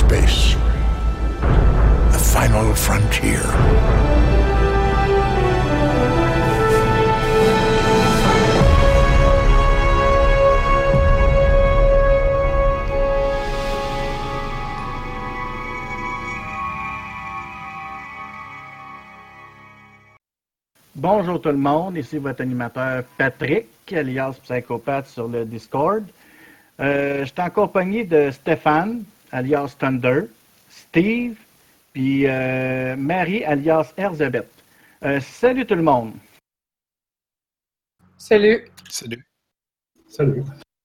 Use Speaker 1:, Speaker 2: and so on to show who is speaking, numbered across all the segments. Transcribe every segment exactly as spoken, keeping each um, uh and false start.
Speaker 1: Hyperspace. The final frontier.
Speaker 2: Bonjour tout le monde, ici votre animateur Patrick, alias Psychopathe sur le Discord. Euh, je suis en compagnie de Stéphane, alias Thunder, Steve, puis euh, Marie, alias Erzébeth. Euh, salut tout le monde!
Speaker 3: Salut!
Speaker 4: Salut!
Speaker 5: Salut!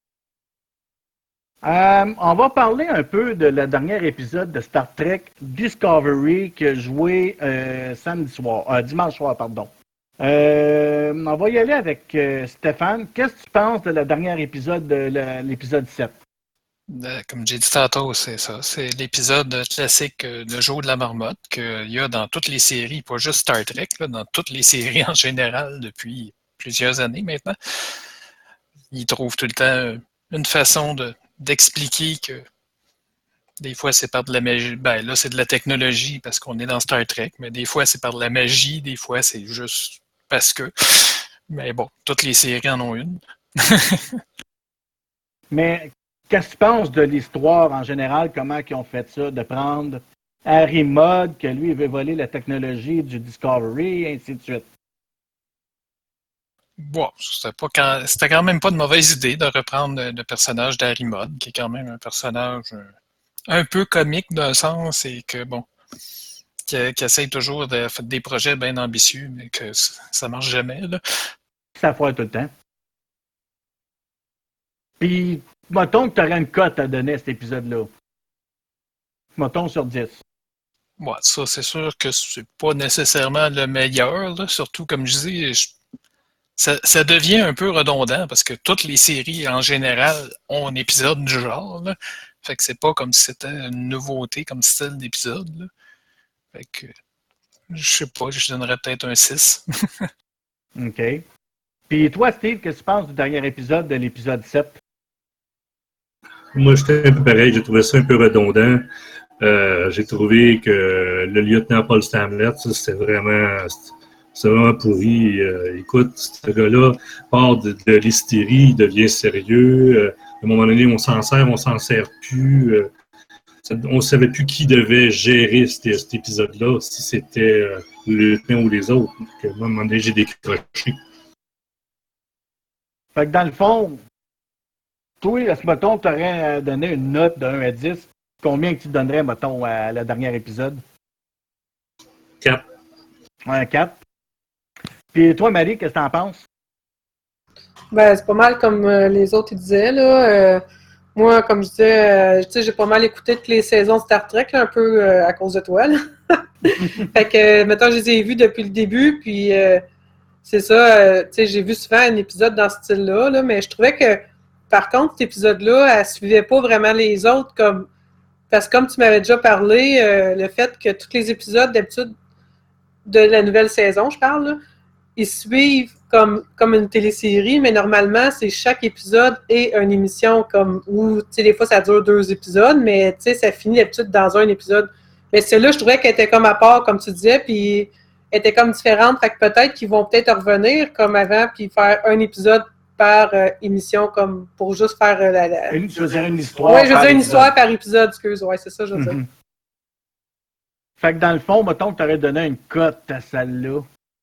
Speaker 2: Euh, on va parler un peu de le dernier épisode de Star Trek Discovery que j'ai joué euh, samedi soir, euh, dimanche soir, pardon. Euh, on va y aller avec euh, Stéphane. Qu'est-ce que tu penses de le dernier épisode, de le, l'épisode sept?
Speaker 4: Euh, comme j'ai dit tantôt, c'est ça. C'est l'épisode classique euh, Le jour de la marmotte qu'il y a dans toutes les séries, pas juste Star Trek, là, dans toutes les séries en général depuis plusieurs années maintenant. Ils trouvent tout le temps une façon de, d'expliquer que des fois c'est par de la magie. Ben là, c'est de la technologie parce qu'on est dans Star Trek, mais des fois c'est par de la magie, des fois c'est juste parce que. Mais bon, toutes les séries en ont une.
Speaker 2: Mais qu'est-ce que tu penses de l'histoire en général? Comment ils ont fait ça? De prendre Harry Mudd, que lui, il veut voler la technologie du Discovery, et ainsi de suite.
Speaker 4: Bon, c'était, pas quand, c'était quand même pas de mauvaise idée de reprendre le, le personnage d'Harry Mudd, qui est quand même un personnage un peu comique d'un sens et que, bon, qui, qui essaye toujours de faire des projets bien ambitieux, mais que ça marche jamais, là.
Speaker 2: Ça foire tout le temps. Puis, mettons que tu aurais une cote à donner à cet épisode-là. Mettons sur dix.
Speaker 4: Ouais, ça, c'est sûr que c'est pas nécessairement le meilleur, là. Surtout, comme je dis, je, ça, ça devient un peu redondant parce que toutes les séries, en général, ont un épisode du genre, là. Fait que c'est pas comme si c'était une nouveauté comme style d'épisode, là. Fait que, je sais pas, je donnerais peut-être un six.
Speaker 2: OK. Puis toi, Steve, qu'est-ce que tu penses du dernier épisode de l'épisode sept?
Speaker 5: Moi, j'étais un peu pareil. J'ai trouvé ça un peu redondant. Euh, j'ai trouvé que le lieutenant Paul Stamets, ça, c'était vraiment, c'était vraiment pourri. Euh, écoute, ce gars-là part de, de l'hystérie, il devient sérieux. Euh, à un moment donné, on s'en sert, on s'en sert plus. Euh, on ne savait plus qui devait gérer cet, cet épisode-là, si c'était euh, le lieutenant ou les autres. Donc, à un moment donné, j'ai décroché.
Speaker 2: Fait que dans le fond, toi, est-ce que, mettons, tu aurais donné une note de un à dix, combien que tu donnerais, mettons, à le dernier épisode?
Speaker 5: quatre.
Speaker 2: Un quatre. Puis toi, Marie, qu'est-ce que t'en penses?
Speaker 3: Ben, c'est pas mal comme euh, les autres ils disaient, là. Euh, moi, comme je disais, euh, tu sais, j'ai pas mal écouté toutes les saisons de Star Trek, là, un peu euh, à cause de toi, là. Fait que, euh, mettons, je les ai vus depuis le début, puis euh, c'est ça, euh, tu sais, j'ai vu souvent un épisode dans ce style-là, là, mais je trouvais que, par contre, cet épisode-là, elle suivait pas vraiment les autres, comme, parce que comme tu m'avais déjà parlé, euh, le fait que tous les épisodes, d'habitude, de la nouvelle saison, je parle, là, ils suivent comme, comme une télésérie, mais normalement, c'est chaque épisode et une émission comme où, tu sais, des fois, ça dure deux épisodes, mais tu sais, ça finit d'habitude dans un épisode. Mais celle-là, je trouvais qu'elle était comme à part, comme tu disais, puis elle était comme différente. Fait que peut-être qu'ils vont peut-être revenir comme avant, puis faire un épisode par euh, émission, comme pour juste faire euh, la... la...
Speaker 2: Une, je veux dire une histoire.
Speaker 3: Oui, je veux dire une
Speaker 2: épisode.
Speaker 3: histoire par épisode, excuse. Ouais, c'est ça, je veux
Speaker 2: Mm-hmm.
Speaker 3: dire.
Speaker 2: Fait que dans le fond, mettons que tu aurais donné une cote à celle-là.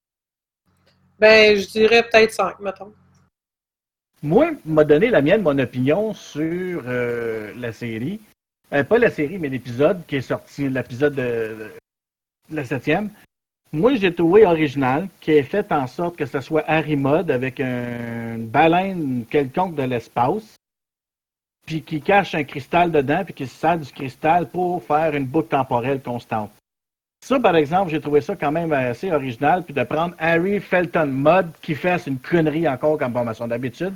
Speaker 3: Ben, je dirais peut-être cinq, mettons.
Speaker 2: Moi, m'a donné la mienne, mon opinion sur euh, la série. Euh, pas la série, mais l'épisode qui est sorti, l'épisode de, de la septième. Moi, j'ai trouvé original, qui est fait en sorte que ce soit Harry Mudd avec un, une baleine quelconque de l'espace, puis qui cache un cristal dedans, puis qui se sert du cristal pour faire une boucle temporelle constante. Ça, par exemple, j'ai trouvé ça quand même assez original, puis de prendre Harry Felton Mudd qui fasse une connerie encore comme bon, à son d'habitude.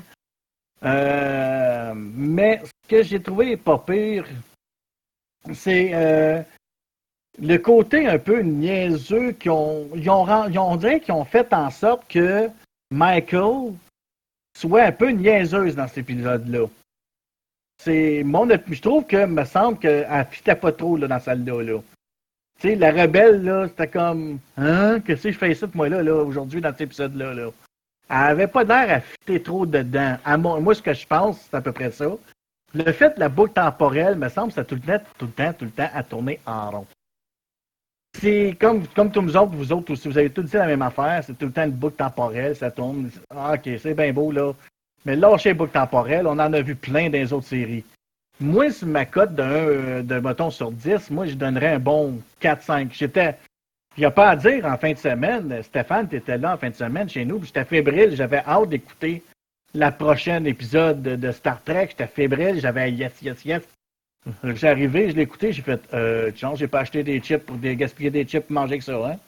Speaker 2: Euh, mais ce que j'ai trouvé pas pire, c'est euh, le côté un peu niaiseux qu'ils ont, ils ont, ils ont, on dirait qu'ils ont fait en sorte que Michael soit un peu niaiseuse dans cet épisode-là. c'est mon op- je trouve que me semble qu'elle fitait pas trop là, dans celle-là. Là. Tu sais, la rebelle, là, c'était comme hein, qu'est-ce que je fais ça pour moi là, là aujourd'hui dans cet épisode-là? Là? Elle avait pas l'air à fitter trop dedans. À moi, moi, ce que je pense, c'est à peu près ça. Le fait de la boucle temporelle, me semble, c'est tout le temps, tout le temps, tout le temps à tourner en rond. C'est comme, comme tous nous autres, vous autres aussi, vous avez tous dit la même affaire, c'est tout le temps une boucle temporelle, ça tourne. Ah, ok, c'est bien beau, là. Mais lâcher les boucles temporelles, on en a vu plein dans les autres séries. Moi, sur ma cote de, de mettons sur dix, moi, je donnerais un bon quatre cinq. J'étais, il n'y a pas à dire en fin de semaine. Stéphane, tu étais là en fin de semaine chez nous, puis j'étais fébrile, j'avais hâte d'écouter la prochaine épisode de, de Star Trek, j'étais fébrile, j'avais yes, yes, yes. J'ai arrivé, je l'ai écouté, j'ai fait euh, tiens, j'ai pas acheté des chips pour des, gaspiller des chips pour manger que ça, hein?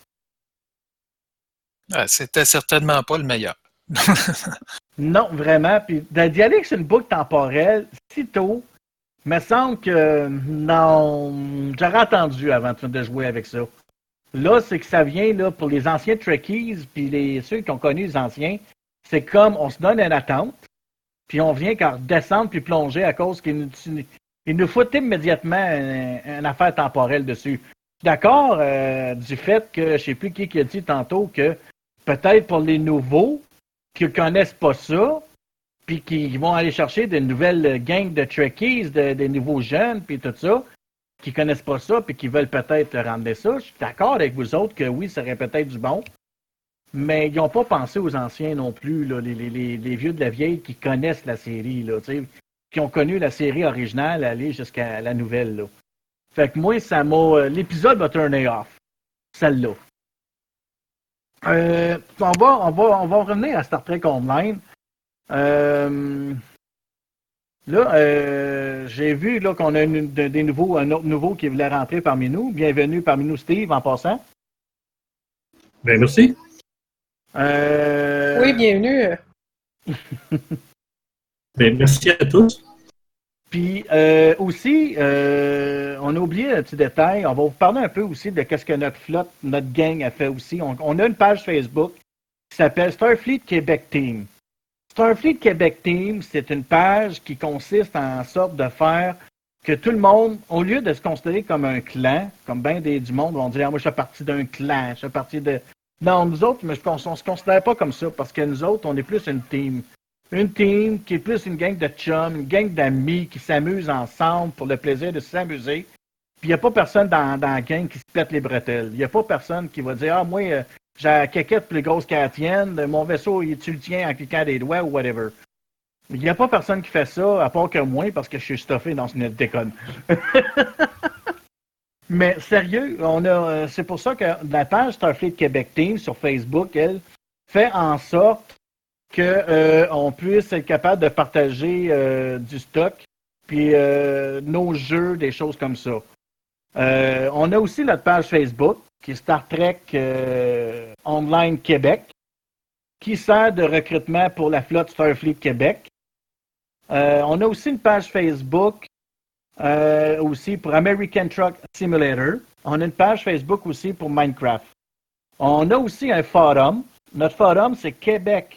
Speaker 4: Ah, c'était certainement pas le meilleur.
Speaker 2: Non, vraiment. Puis d'y aller sur une boucle temporelle, si tôt, me semble que non, j'aurais attendu avant de jouer avec ça. Là, c'est que ça vient là pour les anciens Trekkies, puis les ceux qui ont connu les anciens, c'est comme on se donne une attente, puis on vient qu'à redescendre puis plonger à cause qu'ils nous, ils nous foutent immédiatement une, une affaire temporelle dessus. Je suis d'accord euh, du fait que, je sais plus qui, qui a dit tantôt, que peut-être pour les nouveaux qui ne connaissent pas ça, puis qui vont aller chercher de nouvelles gangs de Trekkies, de, des nouveaux jeunes, puis tout ça, qui connaissent pas ça, puis qui veulent peut-être ramener ça. Je suis d'accord avec vous autres que oui, ça serait peut-être du bon. Mais ils n'ont pas pensé aux anciens non plus, là, les, les, les, les vieux de la vieille qui connaissent la série, là, qui ont connu la série originale aller jusqu'à la nouvelle. Là. Fait que moi, ça m'a. L'épisode m'a turné off. Celle-là. Euh, on, va, on, va, on va revenir à Star Trek Online. Euh, là, euh, j'ai vu là, qu'on a une, de, des nouveaux, un autre nouveau qui voulait rentrer parmi nous. Bienvenue parmi nous, Steve, en passant.
Speaker 5: Ben, merci.
Speaker 2: Euh...
Speaker 3: Oui, bienvenue.
Speaker 5: Ben, merci à tous.
Speaker 2: Puis euh, aussi, euh, on a oublié un petit détail. On va vous parler un peu aussi de ce que notre flotte, notre gang a fait aussi. On, on a une page Facebook qui s'appelle Starfleet Québec Team. Starfleet Québec Team, c'est une page qui consiste en sorte de faire que tout le monde, au lieu de se considérer comme un clan, comme bien des du monde, vont dire ah, moi je fais partie d'un clan, je fais partie de. Non, nous autres, mais on ne se considère pas comme ça parce que nous autres, on est plus une team. Une team qui est plus une gang de chums, une gang d'amis qui s'amusent ensemble pour le plaisir de s'amuser. Puis il n'y a pas personne dans, dans la gang qui se pète les bretelles. Il n'y a pas personne qui va dire ah moi, euh, j'ai la caquette plus grosse qu'à la tienne, mon vaisseau, tu le tiens en cliquant des doigts ou whatever. Il n'y a pas personne qui fait ça, à part que moi, parce que je suis stuffé dans une déconne. Mais sérieux, on a, c'est pour ça que la page Starfleet Québec Team sur Facebook, elle, fait en sorte qu'on euh, puisse être capable de partager euh, du stock, puis euh, nos jeux, des choses comme ça. Euh, on a aussi notre page Facebook, qui est Star Trek euh, Online Québec, qui sert de recrutement pour la flotte Starfleet Québec. Euh, on a aussi une page Facebook euh, aussi pour American Truck Simulator. On a une page Facebook aussi pour Minecraft. On a aussi un forum. Notre forum, c'est Québec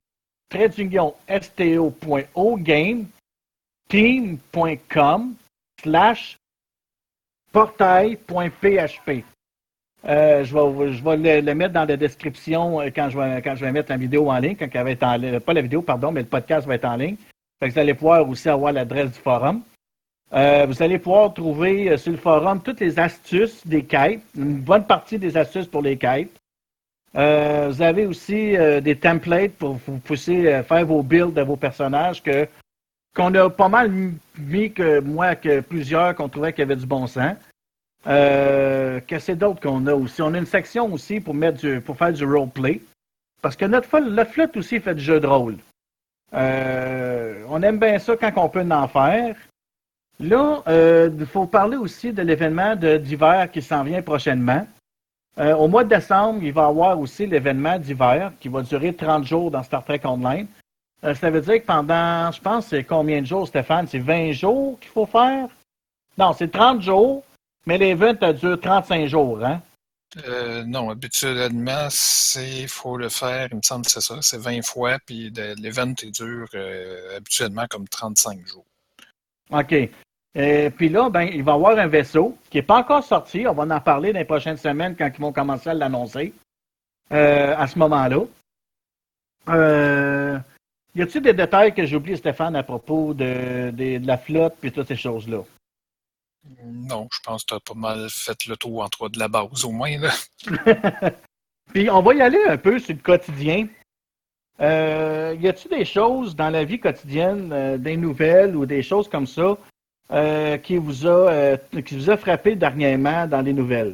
Speaker 2: sto.o game team.com slash portail.php. Euh, je vais, je vais le, le mettre dans la description quand je vais, quand je vais mettre la vidéo en ligne, quand elle va être en ligne. Pas la vidéo, pardon, mais le podcast va être en ligne. Fait que vous allez pouvoir aussi avoir l'adresse du forum. Euh, vous allez pouvoir trouver euh, sur le forum toutes les astuces des quêtes, une bonne partie des astuces pour les quêtes. Euh, vous avez aussi euh, des templates pour vous pousser euh, faire vos builds de vos personnages que qu'on a pas mal mis que moi, que plusieurs qu'on trouvait qu'il y avait du bon sens. Euh, que c'est d'autres qu'on a aussi. On a une section aussi pour mettre du, pour faire du roleplay. Parce que notre, notre flotte aussi fait du jeu de rôle. Euh, on aime bien ça quand on peut en faire. Là, il euh, faut parler aussi de l'événement de, d'hiver qui s'en vient prochainement. Euh, au mois de décembre, il va y avoir aussi l'événement d'hiver qui va durer trente jours dans Star Trek Online. Euh, ça veut dire que pendant, je pense, c'est combien de jours, Stéphane? C'est vingt jours qu'il faut faire? Non, c'est trente jours, mais l'event dure trente-cinq jours, hein?
Speaker 4: Euh, non, habituellement, il faut le faire, il me semble que c'est ça, c'est vingt fois, puis l'event dure euh, habituellement comme trente-cinq jours.
Speaker 2: OK. Euh, puis là, ben, il va y avoir un vaisseau qui n'est pas encore sorti. On va en parler dans les prochaines semaines quand ils vont commencer à l'annoncer. Euh, à ce moment-là. Euh, y a-t-il des détails que j'oublie, Stéphane, à propos de, de, de la flotte et toutes ces choses-là?
Speaker 4: Non, je pense que tu as pas mal fait le tour, en trois de la base, au moins. Là.
Speaker 2: Puis on va y aller un peu sur le quotidien. Euh, y a-t-il des choses dans la vie quotidienne, euh, des nouvelles ou des choses comme ça, euh, qui vous a euh, qui vous a frappé dernièrement dans les nouvelles?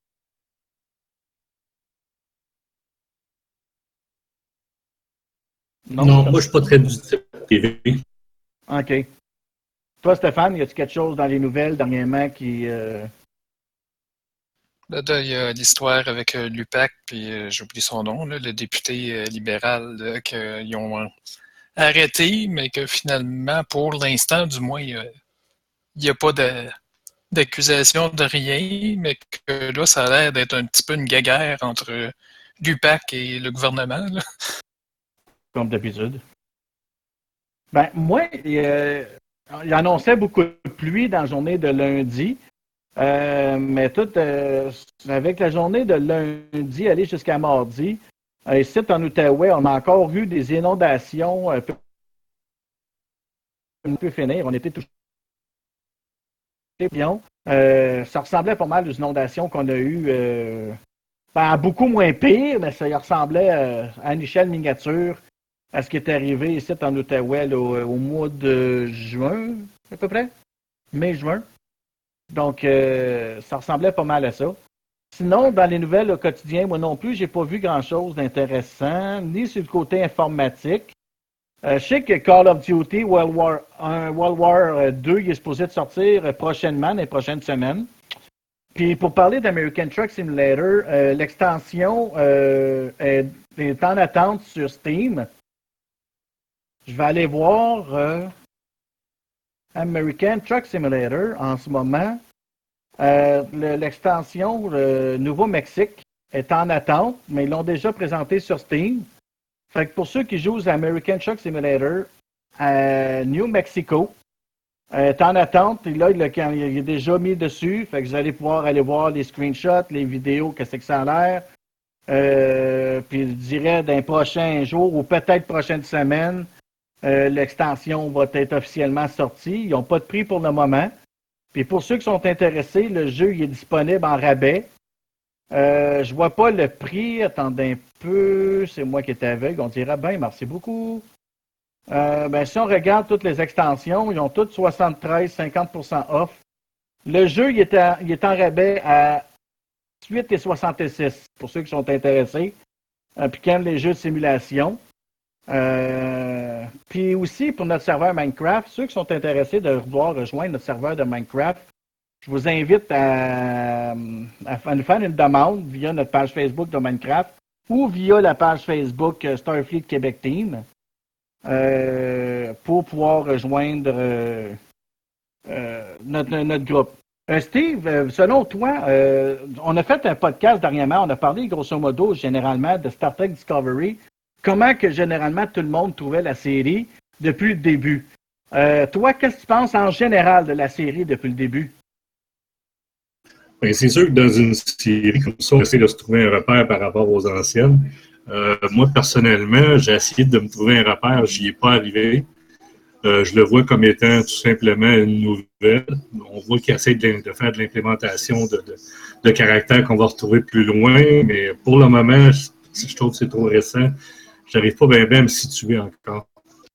Speaker 5: Non, non moi, je suis pas très du type T V.
Speaker 2: OK. Toi, Stéphane, y a-t-il quelque chose dans les nouvelles dernièrement qui... Euh...
Speaker 4: Là, il y a l'histoire avec euh, l'U P A C, puis euh, j'ai oublié son nom, là, le député euh, libéral, là, qu'ils ont euh, arrêté, mais que finalement, pour l'instant, du moins, il n'y a, a pas de, d'accusation de rien, mais que là, ça a l'air d'être un petit peu une guéguerre entre l'U P A C et le gouvernement. Là.
Speaker 2: Comme d'habitude. Ben, moi, euh, il annonçait beaucoup de pluie dans la journée de lundi. Euh, mais tout, euh, avec la journée de lundi, aller jusqu'à mardi, euh, ici en Outaouais, on a encore eu des inondations un peu, un peu finir. On était touchés. Euh, ça ressemblait pas mal aux inondations qu'on a eues, euh, ben, beaucoup moins pire, mais ça y ressemblait euh, à une échelle miniature à ce qui est arrivé ici en Outaouais là, au, au mois de juin, à peu près, mai-juin. Donc, euh, ça ressemblait pas mal à ça. Sinon, dans les nouvelles au quotidien, moi non plus, j'ai pas vu grand-chose d'intéressant, ni sur le côté informatique. Euh, je sais que Call of Duty World War un, World War deux, il est supposé de sortir prochainement, dans les prochaines semaines. Puis, pour parler d'American Truck Simulator, euh, l'extension euh, est, est en attente sur Steam. Je vais aller voir... Euh, American Truck Simulator, en ce moment, euh, le, l'extension le Nouveau-Mexique est en attente, mais ils l'ont déjà présenté sur Steam. Fait que pour ceux qui jouent à American Truck Simulator, à New Mexico, euh, est en attente, et là, il, il est déjà mis dessus. Fait que vous allez pouvoir aller voir les screenshots, les vidéos, qu'est-ce que ça a l'air. Euh, puis je dirais d'un prochain jour ou peut-être prochaine semaine, Euh, l'extension va être officiellement sortie. Ils n'ont pas de prix pour le moment. Puis pour ceux qui sont intéressés, le jeu il est disponible en rabais. Euh, je vois pas le prix. Attendez un peu. C'est moi qui étais aveugle. On dirait, ben, merci beaucoup. Euh, ben, si on regarde toutes les extensions, ils ont toutes soixante-treize, cinquante pour cent off. Le jeu, il est, à, il est en rabais à huit et soixante-six pour ceux qui sont intéressés. Euh, puis qui aiment les jeux de simulation. Euh, puis aussi pour notre serveur Minecraft, ceux qui sont intéressés de vouloir rejoindre notre serveur de Minecraft, je vous invite à, à nous faire une demande via notre page Facebook de Minecraft ou via la page Facebook Starfleet Québec Team euh, pour pouvoir rejoindre euh, euh, notre, notre groupe. Euh, Steve, selon toi, euh, on a fait un podcast dernièrement, on a parlé grosso modo généralement de Star Trek Discovery. Comment que généralement tout le monde trouvait la série depuis le début. Euh, toi, qu'est-ce que tu penses en général de la série depuis le début?
Speaker 5: Bien, c'est sûr que dans une série comme ça, on essaie de se trouver un repère par rapport aux anciennes. Euh, moi, personnellement, j'ai essayé de me trouver un repère, j'y ai pas arrivé. Euh, je le vois comme étant tout simplement une nouvelle. On voit qu'il essaie de, de faire de l'implémentation de, de, de caractères qu'on va retrouver plus loin, mais pour le moment, je, je trouve que c'est trop récent. J'arrive pas bien, bien à me situer encore.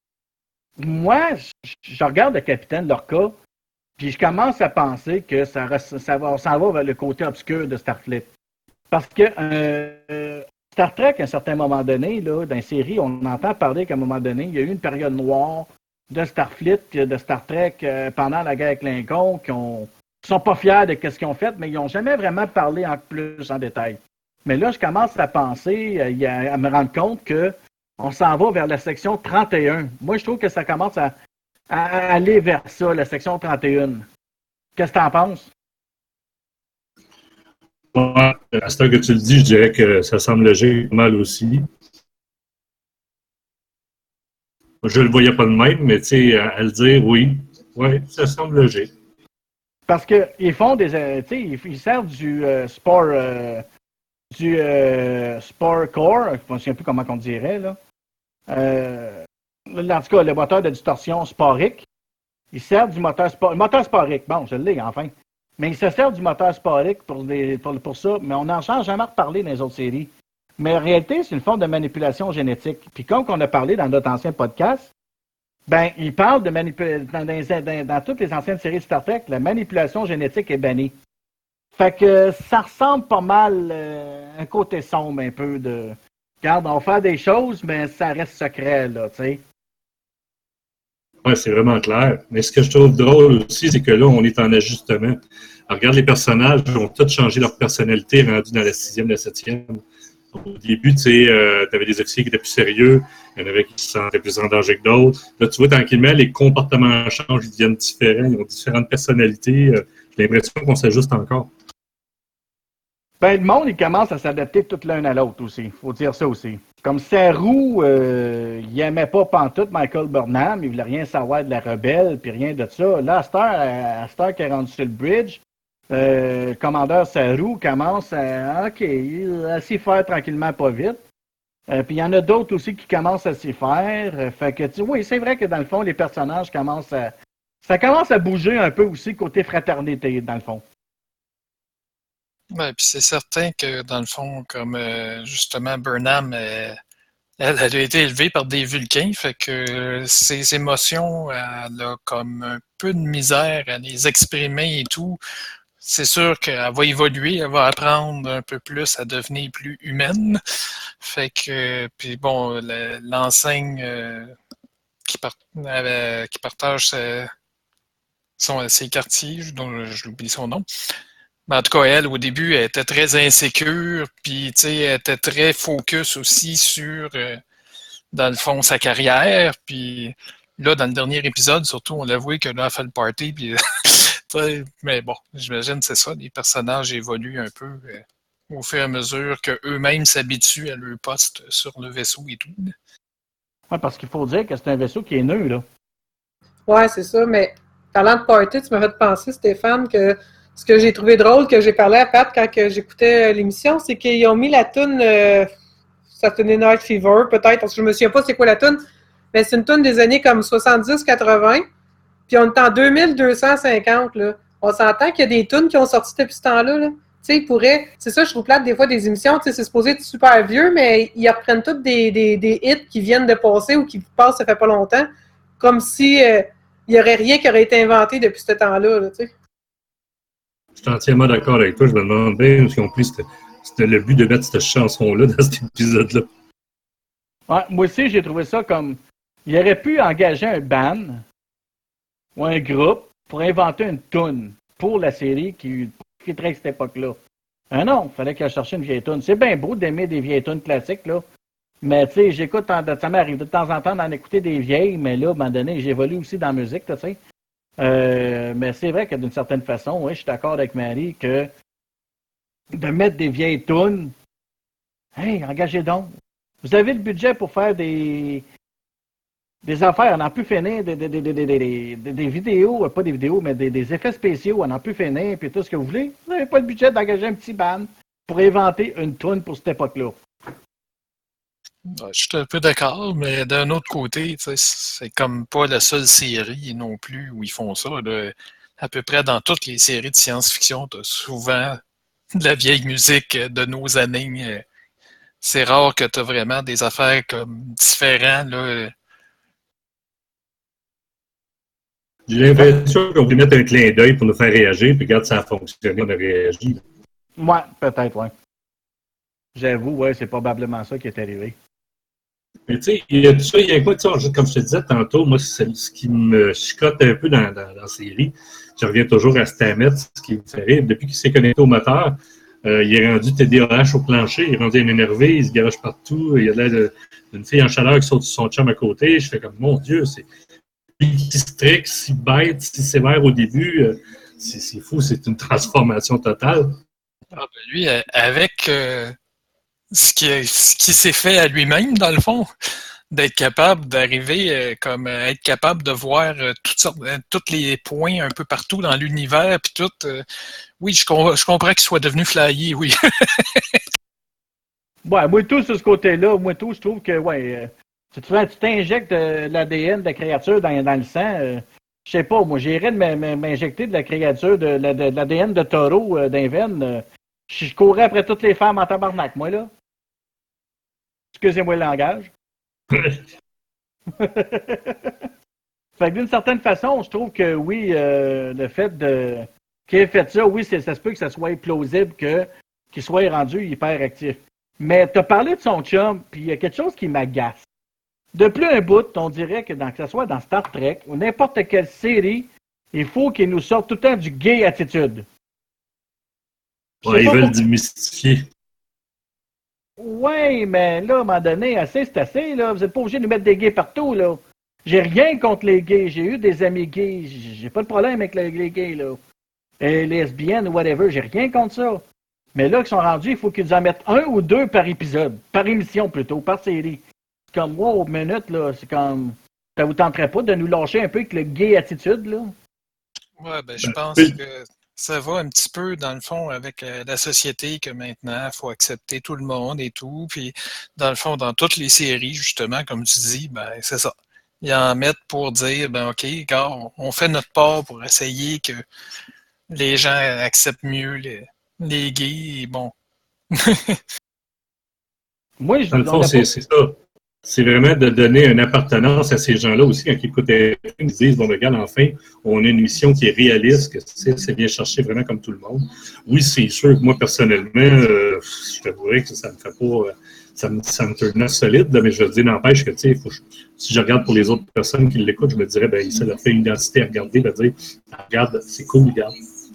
Speaker 2: Moi, je, je regarde le capitaine Lorca, puis je commence à penser que ça, ça va, on s'en va vers le côté obscur de Starfleet. Parce que euh, Star Trek, à un certain moment donné, là, dans les séries, on entend parler qu'à un moment donné, il y a eu une période noire de Starfleet, de Star Trek euh, pendant la guerre avec Lincoln, qui ont, sont pas fiers de ce qu'ils ont fait, mais ils n'ont jamais vraiment parlé en plus en détail. Mais là, je commence à penser, à, à me rendre compte que on s'en va vers la section trente et un. Moi, je trouve que ça commence à, à aller vers ça, la section trente et un. Qu'est-ce que tu en penses?
Speaker 5: Ouais, à ce temps que tu le dis, je dirais que ça semble logique pas mal aussi. Je le voyais pas de même, mais tu sais, à, à le dire, oui, Oui, ça semble logique.
Speaker 2: Parce qu'ils font des. Euh, tu sais, ils, ils servent du euh, sport. Euh, du euh, sport core, je ne me souviens plus comment on dirait, là. Euh, en tout cas, le moteur de distorsion Sporic. Ils servent du moteur Sporic. Moteur Sporic, bon, je l'ai enfin. Mais ils se servent du moteur Sporic pour, les, pour, pour ça, mais on n'en change jamais reparlé dans les autres séries. Mais en réalité, c'est une forme de manipulation génétique. Puis comme on a parlé dans notre ancien podcast, ben, ils parlent de manipulation. Dans, dans, dans, dans toutes les anciennes séries de Star Trek, la manipulation génétique est bannie. Fait que ça ressemble pas mal euh, un côté sombre un peu de. Regarde, on fait des choses, mais ça reste secret, là, tu sais.
Speaker 5: Oui, c'est vraiment clair. Mais ce que je trouve drôle aussi, c'est que là, on est en ajustement. Alors, regarde, les personnages ont tous changé leur personnalité rendus dans la sixième, la septième. Au début, tu sais, euh, tu avais des officiers qui étaient plus sérieux, il y en avait qui se sentaient plus en danger que d'autres. Là, tu vois, tranquillement, les comportements changent, ils deviennent différents, ils ont différentes personnalités. Euh, j'ai l'impression qu'on s'ajuste encore.
Speaker 2: Ben, le monde, il commence à s'adapter tout l'un à l'autre aussi. Il faut dire ça aussi. Comme Saru, euh, il n'aimait pas pantoute Michael Burnham, il voulait rien savoir de la rebelle, puis rien de ça. Là, à cette heure, à cette heure qui est rendu sur le bridge, euh, le commandeur Saru commence à, OK, à s'y faire tranquillement, pas vite. Euh, puis il y en a d'autres aussi qui commencent à s'y faire. Euh, fait que, tu, oui, c'est vrai que dans le fond, les personnages commencent à... Ça commence à bouger un peu aussi côté fraternité, dans le fond.
Speaker 4: Ouais, puis c'est certain que, dans le fond, comme euh, justement Burnham, euh, elle, elle a été élevée par des Vulcains, fait que ses émotions, elle a comme un peu de misère à les exprimer et tout. C'est sûr qu'elle va évoluer, elle va apprendre un peu plus à devenir plus humaine. Fait que, puis bon, le, l'enseigne euh, qui, part, euh, qui partage ses, son, ses quartiers, dont j'oublie son nom. Mais en tout cas, elle, au début, elle était très insécure, puis, tu sais, elle était très focus aussi sur, euh, dans le fond, sa carrière, puis là, dans le dernier épisode, surtout, on l'a vu que là, elle fait le party, puis, mais bon, j'imagine que c'est ça, les personnages évoluent un peu euh, au fur et à mesure qu'eux-mêmes s'habituent à leur poste sur le vaisseau et tout.
Speaker 2: Oui, parce qu'il faut dire que c'est un vaisseau qui est neuf, là.
Speaker 3: Ouais, c'est ça, mais parlant de party, tu m'as fait penser, Stéphane, que ce que j'ai trouvé drôle, que j'ai parlé à Pat quand que j'écoutais l'émission, c'est qu'ils ont mis la toune euh, Saturday Night Fever, peut-être, parce que je me souviens pas c'est quoi la toune, mais c'est une toune des années comme soixante-dix quatre-vingts, puis on est en deux mille deux cent cinquante, là. On s'entend qu'il y a des tounes qui ont sorti depuis ce temps-là, là. Tu sais, ils pourraient... C'est ça, je trouve plate des fois des émissions, tu sais, c'est supposé être super vieux, mais ils reprennent tous des, des, des hits qui viennent de passer ou qui passent ça fait pas longtemps, comme si euh, il y aurait rien qui aurait été inventé depuis ce temps-là, là, tu sais.
Speaker 5: Je suis entièrement d'accord avec toi. Je me demande bien s'ils ont pris c'était, c'était le but de mettre cette chanson-là dans cet épisode-là.
Speaker 2: Ouais, moi aussi, j'ai trouvé ça comme... Il aurait pu engager un band ou un groupe pour inventer une toune pour la série qui fitterait à cette époque-là. Ah non, il fallait qu'elle cherche une vieille toune. C'est bien beau d'aimer des vieilles tounes classiques, là. Mais tu sais, j'écoute, ça m'arrive de temps en temps d'en écouter des vieilles, mais là, à un moment donné, j'évolue aussi dans la musique, tu sais. Euh, mais c'est vrai que d'une certaine façon, oui, je suis d'accord avec Marie que de mettre des vieilles tounes, hey, engagez donc. Vous avez le budget pour faire des des affaires, on n'en peut finir, des, des, des, des, des, des, des vidéos, pas des vidéos, mais des, des effets spéciaux, on n'en peut finir, puis tout ce que vous voulez. Vous n'avez pas le budget d'engager un petit band pour inventer une toune pour cette époque-là.
Speaker 4: Je suis un peu d'accord, mais d'un autre côté, c'est comme pas la seule série non plus où ils font ça. Là. À peu près dans toutes les séries de science-fiction, tu as souvent de la vieille musique de nos années. C'est rare que tu as vraiment des affaires comme différentes. Là.
Speaker 5: J'ai l'impression qu'on voulait mettre un clin d'œil pour nous faire réagir, puis regarde, ça a fonctionné, on a réagi.
Speaker 2: Ouais, peut-être, ouais. J'avoue, ouais, c'est probablement ça qui est arrivé.
Speaker 5: Mais tu sais, il y a tout ça, il y a quoi, tu sais, comme je te disais tantôt, moi, c'est ce qui me chicote un peu dans, dans, dans la série. Je reviens toujours à Stamets, ce qui me fait rire. Depuis qu'il s'est connecté au moteur, euh, il est rendu T D A H au plancher, il est rendu énervé, il se garoche partout, il a l'air d'une fille en chaleur qui saute sur son chum à côté. Je fais comme, mon Dieu, c'est si strict, si bête, si sévère au début. Euh, c'est, c'est fou, c'est une transformation totale.
Speaker 4: Ah ben lui, avec... Euh... Ce qui, ce qui s'est fait à lui-même, dans le fond, d'être capable d'arriver euh, comme euh, être capable de voir euh, toutes sortes, euh, tous les points un peu partout dans l'univers, puis tout. Euh, oui, je, com- je comprends qu'il soit devenu flyé, oui.
Speaker 2: Ouais, moi tout sur ce côté-là, moi tout, je trouve que ouais, euh, si tu fais- tu t'injectes de l'A D N de la créature dans, dans le sang, euh, je sais pas, moi j'irais de m- m- m'injecter de la créature de, la- de, de l'A D N de taureau euh, d'un veine. euh, je je courais après toutes les femmes en tabarnak, moi là. Excusez-moi le langage. Fait que d'une certaine façon, je trouve que oui, euh, le fait de qu'il ait fait ça, oui, c'est- ça se peut que ça soit plausible que qu'il soit rendu hyper actif. Mais t'as parlé de son chum, puis il y a quelque chose qui m'agace. Depuis un bout, on dirait que, dans, que ce soit dans Star Trek ou n'importe quelle série, il faut qu'il nous sorte tout le temps du gay attitude. Je sais
Speaker 5: Ouais, ils
Speaker 2: pas
Speaker 5: veulent
Speaker 2: pour-
Speaker 5: démystifier.
Speaker 2: Ouais, mais là, à un moment donné, assez, c'est assez, là. Vous n'êtes pas obligé de nous mettre des gays partout, là. J'ai rien contre les gays. J'ai eu des amis gays. J'ai pas de problème avec les les gays, là. Et lesbiennes ou whatever, j'ai rien contre ça. Mais là, qu'ils sont rendus, il faut qu'ils en mettent un ou deux par épisode. Par émission, plutôt, par série. C'est comme, wow, minute, là, c'est comme... Ça vous tenterait pas de nous lâcher un peu avec le gay attitude, là?
Speaker 4: Ouais, ben, je
Speaker 5: Ben,
Speaker 4: pense
Speaker 5: oui.
Speaker 4: que ça va un petit peu, dans le fond, avec euh, la société, que maintenant, il faut accepter tout le monde et tout. Puis, dans le fond, dans toutes les séries, justement, comme tu dis, ben, c'est ça. Ils en mettent pour dire, ben, OK, gars, on, on fait notre part pour essayer que les gens acceptent mieux les, les gays. Et bon.
Speaker 2: Moi, je,
Speaker 5: Dans le
Speaker 2: on
Speaker 5: fond,
Speaker 2: n'a
Speaker 5: c'est
Speaker 2: pas...
Speaker 5: c'est ça. C'est vraiment de donner une appartenance à ces gens-là aussi quand ils écoutent les films, ils se disent, bon, ben, regarde, enfin, on a une mission qui est réaliste, que c'est c'est bien cherché vraiment comme tout le monde. Oui, c'est sûr que moi, personnellement, euh, je t'avouerais que ça me fait pas, euh, ça me, ça me tourne solide, là, mais je veux dire, n'empêche que, tu sais, faut que je- si je regarde pour les autres personnes qui l'écoutent, je me dirais, ben, ça leur fait une identité à regarder, ben, dire, regarde, c'est cool, regarde.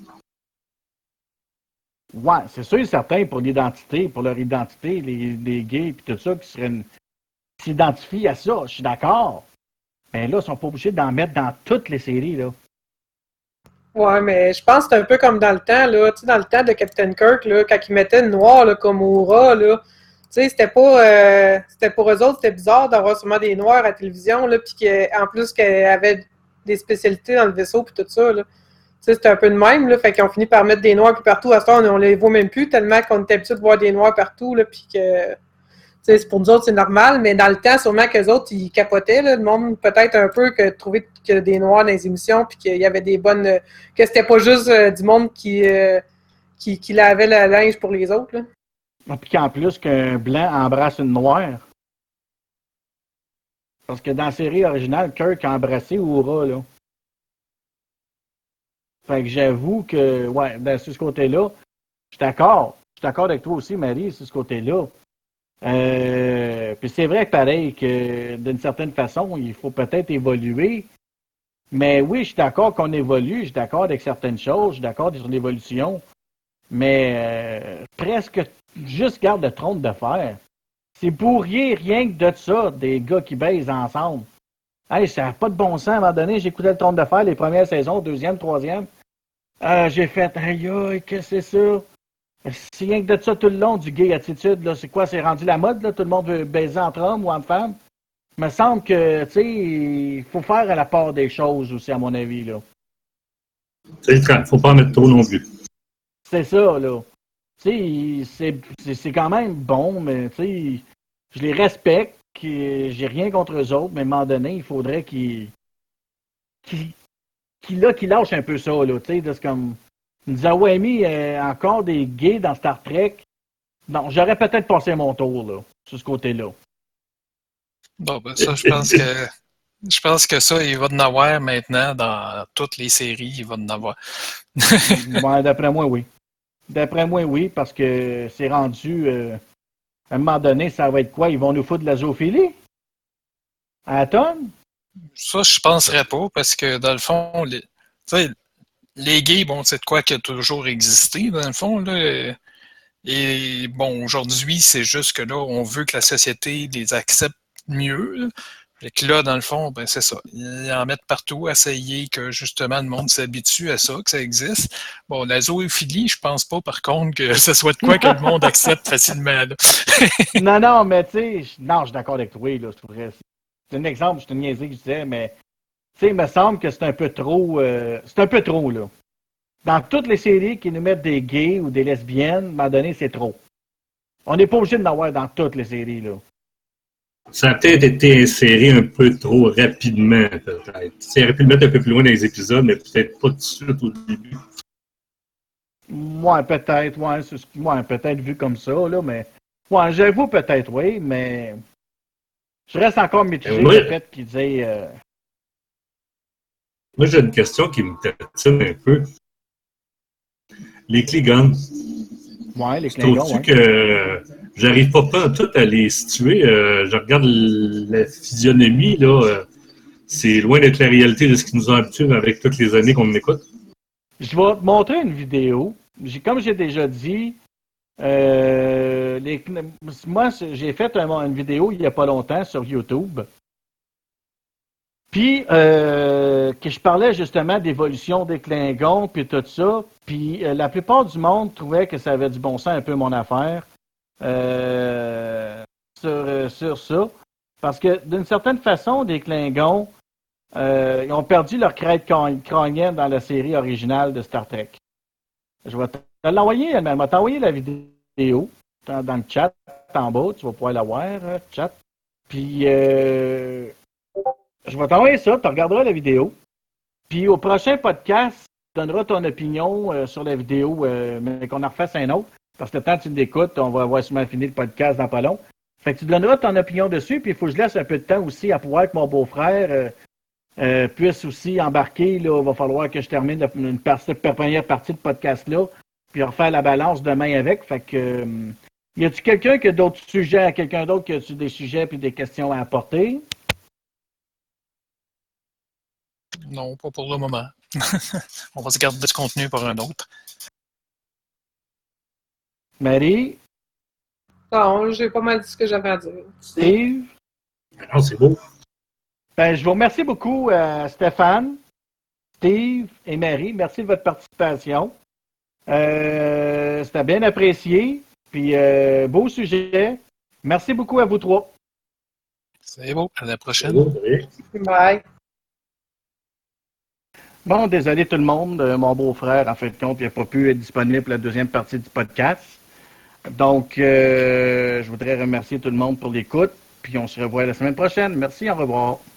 Speaker 2: Ouais, c'est sûr et certain pour l'identité, pour leur identité, les, les gays et tout ça, qui seraient une- qui s'identifient à ça, je suis d'accord. Mais là, ils sont pas obligés d'en mettre dans toutes les séries, là.
Speaker 3: Ouais, mais je pense que c'est un peu comme dans le temps, là, tu sais, dans le temps de Captain Kirk, là, quand il mettait une noire, là, comme Aura, là, tu sais, c'était pas, euh, c'était pour eux autres, c'était bizarre d'avoir seulement des noirs à la télévision, là, puis qu'en plus qu'elle avait des spécialités dans le vaisseau, puis tout ça, là. Tu sais, c'était un peu de même, là, fait qu'ils ont fini par mettre des noirs plus partout. À ce temps, on, on les voit même plus, tellement qu'on était habitué de voir des noirs partout, là, puis que... Tu sais, pour nous autres, c'est normal, mais dans le temps, sûrement qu'eux autres, ils capotaient, là, le monde, peut-être un peu, que de trouver qu'il y a des noirs dans les émissions, puis qu'il y avait des bonnes... euh, que c'était pas juste euh, du monde qui, euh, qui, qui lavait la linge pour les autres, là.
Speaker 2: Ah, puis qu'en plus qu'un blanc embrasse une noire. Parce que dans la série originale, Kirk a embrassé Uhura, là. Fait que j'avoue que, ouais, ben, sur ce côté-là, je suis d'accord. Je suis d'accord avec toi aussi, Marie, sur ce côté-là. Euh, puis c'est vrai que pareil, que d'une certaine façon, il faut peut-être évoluer. Mais oui, je suis d'accord qu'on évolue, je suis d'accord avec certaines choses, je suis d'accord sur l'évolution. Mais euh, presque juste garde le trône de fer. C'est pour rien, rien que de ça, des gars qui baisent ensemble. Hey, ça n'a pas de bon sens. À un moment donné, j'écoutais le trône de fer les premières saisons, deuxième, troisième. Euh, j'ai fait, aïe, aïe, qu'est-ce que c'est ça? C'est rien que de ça tout le long, du gay attitude, là. C'est quoi? C'est rendu la mode, là? Tout le monde veut baiser entre hommes ou entre femmes? Il me semble que, tu sais, il faut faire à la part des choses aussi, à mon avis, là.
Speaker 5: Il ne faut pas en mettre trop non plus.
Speaker 2: C'est ça, là. Tu sais, c'est, c'est, c'est quand même bon, mais, tu sais, je les respecte, que j'ai rien contre eux autres, mais à un moment donné, il faudrait qu'ils, qu'ils, qu'ils, là, qu'ils lâchent un peu ça, là, tu sais, de ce comme... Nous avons mis euh, encore des gays dans Star Trek. Non, j'aurais peut-être passé mon tour, là, sur ce côté-là.
Speaker 4: Bon, ben ça, je pense que je pense que ça, il va en avoir maintenant dans toutes les séries, il va en avoir.
Speaker 2: Ouais, d'après moi, oui. D'après moi, oui, parce que c'est rendu... Euh, à un moment donné, ça va être quoi? Ils vont nous foutre de la zoophilie? À la tonne?
Speaker 4: Ça, je penserais pas, parce que dans le fond, les, tu sais, les gays, bon, c'est de quoi qui a toujours existé, dans le fond, là. Et bon, aujourd'hui, c'est juste que là, on veut que la société les accepte mieux, là. Fait que là, dans le fond, ben c'est ça. Ils en mettent partout, essayer que justement le monde s'habitue à ça, que ça existe. Bon, la zoophilie, je pense pas par contre que ce soit de quoi que le monde accepte facilement. Là.
Speaker 2: non, non, mais tu sais, non, je suis d'accord avec toi, là, c'est vrai. C'est un exemple, je te niaisais que je disais, mais tu sais, il me semble que c'est un peu trop, euh, c'est un peu trop, là. Dans toutes les séries qui nous mettent des gays ou des lesbiennes, à un moment donné, c'est trop. On n'est pas obligé de l'avoir dans toutes les séries, là.
Speaker 5: Ça a peut-être été inséré un peu trop rapidement, peut-être. Ça aurait pu le mettre un peu plus loin dans les épisodes, mais peut-être pas tout de suite au début.
Speaker 2: Ouais, peut-être, ouais, c'est, ouais, peut-être vu comme ça, là, mais... Ouais, j'avoue, peut-être, oui, mais... Je reste encore mitigé
Speaker 5: moi,
Speaker 2: le fait qu'il disait... Euh...
Speaker 5: Moi, j'ai une question qui me tatine un peu. Les Klingons.
Speaker 2: Ouais, les Klingons,
Speaker 5: trouves-tu
Speaker 2: ouais.
Speaker 5: que j'arrive pas, pas tout à les situer? Euh, je regarde la physionomie, là. Euh, c'est loin d'être la réalité de ce qui nous a habitués avec toutes les années qu'on écoute.
Speaker 2: Je vais te montrer une vidéo. J'ai, comme j'ai déjà dit, euh, les, moi, j'ai fait un, une vidéo il n'y a pas longtemps sur YouTube. Puis, euh, que je parlais justement d'évolution des Klingons, puis tout ça. Puis, euh, la plupart du monde trouvait que ça avait du bon sens un peu mon affaire euh, sur, euh, sur ça. Parce que, d'une certaine façon, des Klingons, euh, ils ont perdu leur crête crânienne dans la série originale de Star Trek. Je vais te l'envoyer, elle m'a envoyé la vidéo dans, dans le chat en bas, tu vas pouvoir la voir, chat. Puis, euh, je vais t'envoyer ça, tu regarderas la vidéo. Puis au prochain podcast, tu donneras ton opinion euh, sur la vidéo, euh, mais qu'on en refasse un autre. Parce que le temps que tu l'écoutes, on va avoir sûrement fini le podcast dans pas long. Fait que tu donneras ton opinion dessus, puis il faut que je laisse un peu de temps aussi à pouvoir que mon beau-frère euh, euh, puisse aussi embarquer. Là, il va falloir que je termine la, une partie, la première partie de podcast-là, puis refaire la balance demain avec. Fait que euh, y a-tu quelqu'un qui a d'autres sujets, quelqu'un d'autre qui a des sujets puis des questions à apporter?
Speaker 4: Non, pas pour le moment. On va se garder ce contenu pour un autre.
Speaker 2: Marie?
Speaker 3: Non, j'ai pas mal dit ce que j'avais à dire.
Speaker 2: Steve?
Speaker 5: Non, c'est beau.
Speaker 2: Ben, je vous remercie beaucoup, euh, Stéphane, Steve et Marie. Merci de votre participation. Euh, c'était bien apprécié. Puis, euh, beau sujet. Merci beaucoup à vous trois.
Speaker 4: C'est beau. À la prochaine.
Speaker 5: C'est beau, c'est
Speaker 3: Bye.
Speaker 2: Bon, désolé tout le monde. Euh, mon beau-frère, en fait de compte, il n'a pas pu être disponible pour la deuxième partie du podcast. Donc, euh, je voudrais remercier tout le monde pour l'écoute. Puis, on se revoit la semaine prochaine. Merci, au revoir.